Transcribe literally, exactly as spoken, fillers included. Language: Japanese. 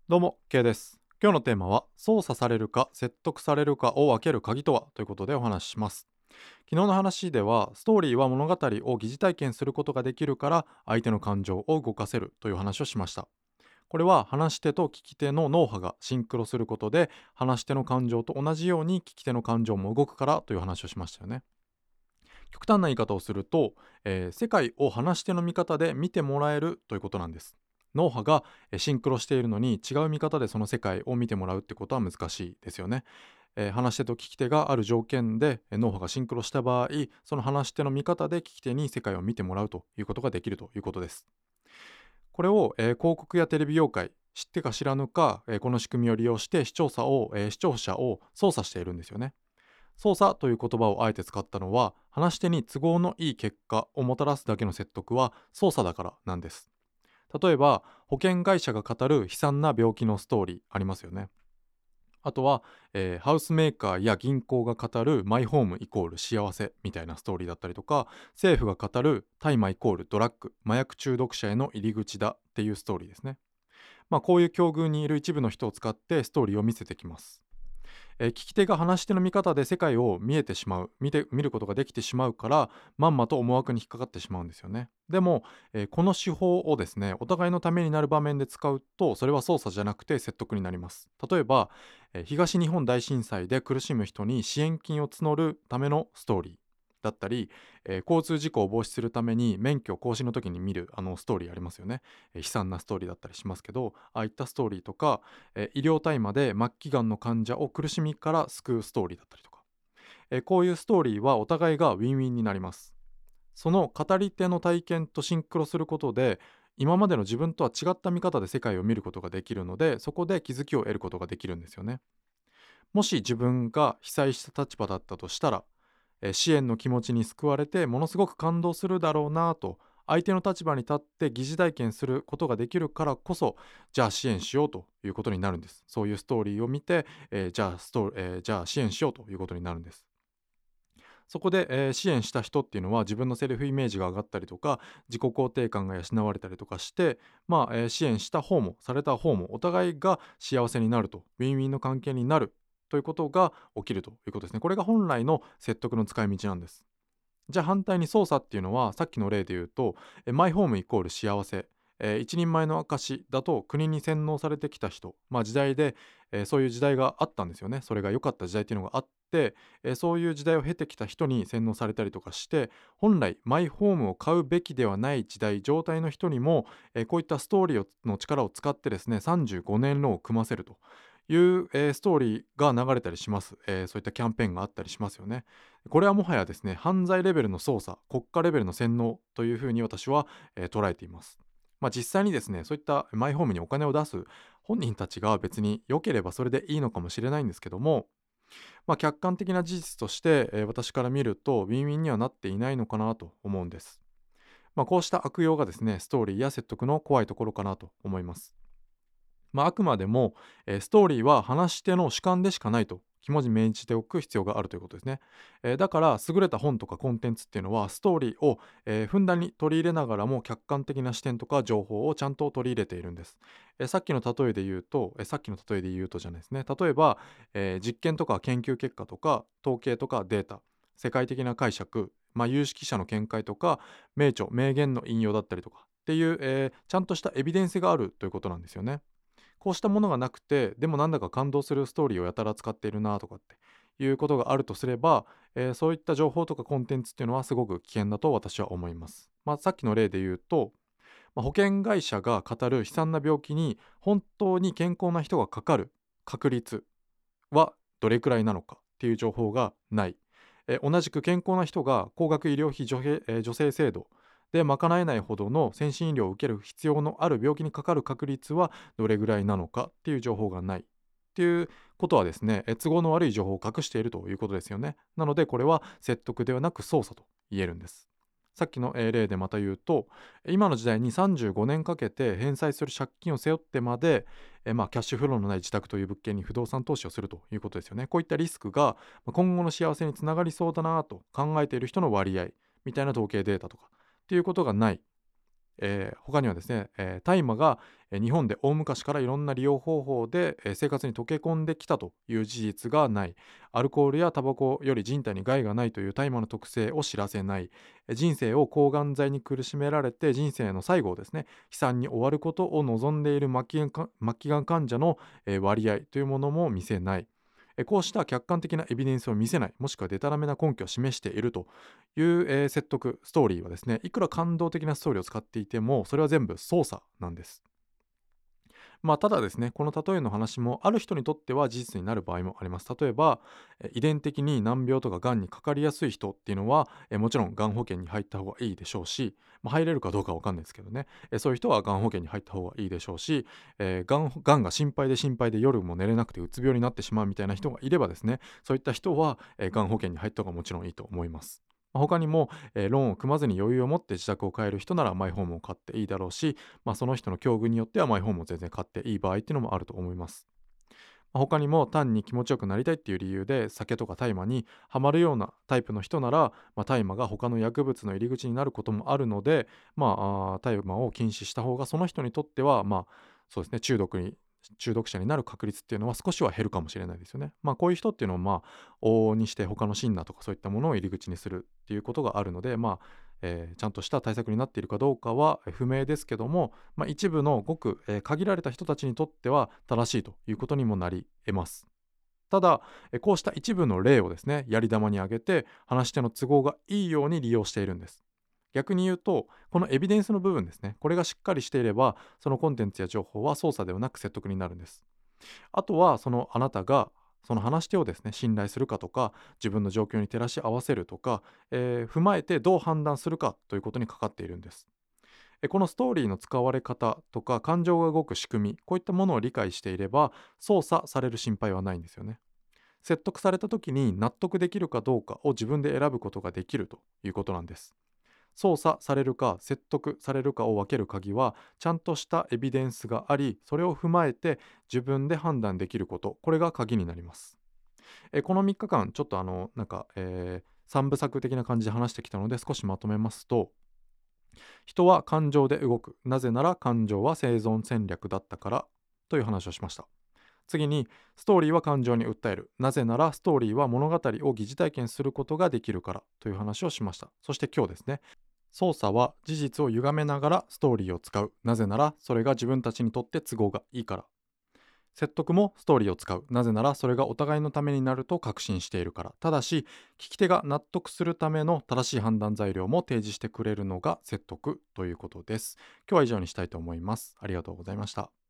どうも、K です。今日のテーマは、操作されるか説得されるかを分ける鍵とはということでお話しします。昨日の話では、ストーリーは物語を疑似体験することができるから、相手の感情を動かせるという話をしました。これは話し手と聞き手の脳波がシンクロすることで、話し手の感情と同じように聞き手の感情も動くからという話をしましたよね。極端な言い方をすると、えー世界を話し手の見方で見てもらえるということなんです。脳波がえーシンクロしているのに違う見方でその世界を見てもらうってことは難しいですよね。えー話し手と聞き手がある条件でえー脳波がシンクロした場合、その話し手の見方で聞き手に世界を見てもらうということができるということです。これを、えー広告やテレビ業界、知ってか知らぬか、えーこの仕組みを利用して視聴者を、えー視聴者を操作しているんですよね。操作という言葉をあえて使ったのは、話し手に都合のいい結果をもたらすだけの説得は操作だからなんです。例えば、保険会社が語る悲惨な病気のストーリーありますよね。あとは、えーハウスメーカーや銀行が語るマイホームイコール幸せみたいなストーリーだったりとか、政府が語る大麻イコールドラッグ、麻薬中毒者への入り口だっていうストーリーですね。まあ、こういう境遇にいる一部の人を使ってストーリーを見せてきます。えー聞き手が話し手の見方で世界を見えてしまう見て見ることができてしまうから、まんまと思惑に引っかかってしまうんですよね。でも、えーこの手法をですね、お互いのためになる場面で使うと、それは操作じゃなくて説得になります。例えば、えー東日本大震災で苦しむ人に支援金を募るためのストーリーだったり、えー交通事故を防止するために免許更新の時に見るあのストーリーありますよね。えー悲惨なストーリーだったりしますけど、ああいったストーリーとか、えー医療大麻で末期がんの患者を苦しみから救うストーリーだったりとか、えーこういうストーリーはお互いがウィンウィンになります。その語り手の体験とシンクロすることで、今までの自分とは違った見方で世界を見ることができるので、そこで気づきを得ることができるんですよね。もし自分が被災した立場だったとしたら、えー支援の気持ちに救われてものすごく感動するだろうなぁと、相手の立場に立って疑似体験することができるからこそ、じゃあ支援しようということになるんです。そういうストーリーを見て、えーじゃあストーえーじゃあ支援しようということになるんです。そこで、えー支援した人っていうのは自分のセルフイメージが上がったりとか、自己肯定感が養われたりとかして、まあえー支援した方もされた方もお互いが幸せになると、ウィンウィンの関係になるということが起きるということですね。これが本来の説得の使い道なんです。じゃあ反対に操作っていうのは、さっきの例で言うと、えマイホームイコール幸せ、えー一人前の証だと国に洗脳されてきた人、まあ、時代で、えーそういう時代があったんですよね。それが良かった時代っていうのがあって、えーそういう時代を経てきた人に洗脳されたりとかして、本来マイホームを買うべきではない時代状態の人にも、えーこういったストーリーをの力を使ってですね、さんじゅうごねんローンを組ませるという、えーストーリーが流れたりします、えーそういったキャンペーンがあったりしますよね。これはもはやですね、犯罪レベルの操作、国家レベルの洗脳というふうに私は、えー捉えています。まあ、実際にですね、そういったマイホームにお金を出す本人たちが別に良ければそれでいいのかもしれないんですけども、まあ、客観的な事実として、えー私から見るとウィンウィンにはなっていないのかなと思うんです。まあ、こうした悪用がですね、ストーリーや説得の怖いところかなと思います。まあ、あくまでも、えーストーリーは話し手の主観でしかないと肝に銘じておく必要があるということですね。えーだから優れた本とかコンテンツっていうのはストーリーを、えーふんだんに取り入れながらも客観的な視点とか情報をちゃんと取り入れているんです。えーさっきの例えで言うと、えーさっきの例えで言うとじゃないですね。例えば、えー実験とか研究結果とか統計とかデータ、世界的な解釈、まあ、有識者の見解とか名著名言の引用だったりとかっていう、えーちゃんとしたエビデンスがあるということなんですよね。こうしたものがなくて、でもなんだか感動するストーリーをやたら使っているなとかっていうことがあるとすれば、えーそういった情報とかコンテンツっていうのはすごく危険だと私は思います。まあ、さっきの例で言うと、まあ、保険会社が語る悲惨な病気に本当に健康な人がかかる確率はどれくらいなのかっていう情報がない。えー同じく健康な人が高額医療費助成,、えー助成制度で賄えないほどの先進医療を受ける必要のある病気にかかる確率はどれぐらいなのかっていう情報がないっていうことはですね、えー都合の悪い情報を隠しているということですよね。なのでこれは説得ではなく操作と言えるんです。さっきのえー例でまた言うと、今の時代にさんじゅうごねんかけて返済する借金を背負ってまでえーまあ、キャッシュフローのない自宅という物件に不動産投資をするということですよね。こういったリスクがまあ今後の幸せにつながりそうだなと考えている人の割合みたいな統計データとかっていうことがない。 えー他にはですね、えー大麻がえー日本で大昔からいろんな利用方法でえー生活に溶け込んできたという事実がない、アルコールやタバコより人体に害がないという大麻の特性を知らせない、えー人生を抗がん剤に苦しめられて人生の最後をですね、悲惨に終わることを望んでいる末期がんか末期がん患者のえー割合というものも見せない。えーこうした客観的なエビデンスを見せない、もしくはデタラメな根拠を示しているという、えー説得ストーリーはですね、いくら感動的なストーリーを使っていてもそれは全部操作なんです。まあ、ただですね、この例えの話もある人にとっては事実になる場合もあります。例えば、え遺伝的に難病とかがんにかかりやすい人っていうのは、えもちろんがん保険に入った方がいいでしょうし、まあ、入れるかどうかわかんないですけどね、えそういう人はがん保険に入った方がいいでしょうし、えー、がんがんが心配で心配で夜も寝れなくてうつ病になってしまうみたいな人がいればですね、そういった人は、えーがん保険に入った方がもちろんいいと思います。まあ他にも、えーローンを組まずに余裕を持って自宅を買える人ならマイホームを買っていいだろうし、まあ、その人の境遇によってはマイホームを全然買っていい場合っていうのもあると思います。まあ他にも単に気持ちよくなりたいっていう理由で酒とか大麻にハマるようなタイプの人なら、まあ、大麻が他の薬物の入り口になることもあるので、まあ、あー大麻を禁止した方がその人にとっては、まあ、そうですね、中毒に中毒者になる確率っていうのは少しは減るかもしれないですよね。まあこういう人っていうのはまあ往々にして他のシンナーとかそういったものを入り口にするっていうことがあるので、まあえーちゃんとした対策になっているかどうかはえー不明ですけども、まあ、一部のごく、えー限られた人たちにとっては正しいということにもなり得ます。ただ、えーこうした一部の例をですね、やり玉に挙げて話し手の都合がいいように利用しているんです。逆に言うと、このエビデンスの部分ですね、これがしっかりしていれば、そのコンテンツや情報は操作ではなく説得になるんです。あとは、そのあなたがその話し手をですね、信頼するかとか、自分の状況に照らし合わせるとか、えー踏まえてどう判断するかということにかかっているんです。えこのストーリーの使われ方とか、感情が動く仕組み、こういったものを理解していれば、操作される心配はないんですよね。説得された時に納得できるかどうかを自分で選ぶことができるということなんです。操作されるか説得されるかを分ける鍵は、ちゃんとしたエビデンスがあり、それを踏まえて自分で判断できること、これが鍵になります。えこのみっかかんちょっとあのなんか、えさんぶ作的な感じで話してきたので少しまとめますと、人は感情で動く、なぜなら感情は生存戦略だったからという話をしました。次に、ストーリーは感情に訴える、なぜならストーリーは物語を疑似体験することができるからという話をしました。そして今日ですね、操作は事実を歪めながらストーリーを使う、なぜならそれが自分たちにとって都合がいいから。説得もストーリーを使う、なぜならそれがお互いのためになると確信しているから。ただし、聞き手が納得するための正しい判断材料も提示してくれるのが説得ということです。今日は以上にしたいと思います。ありがとうございました。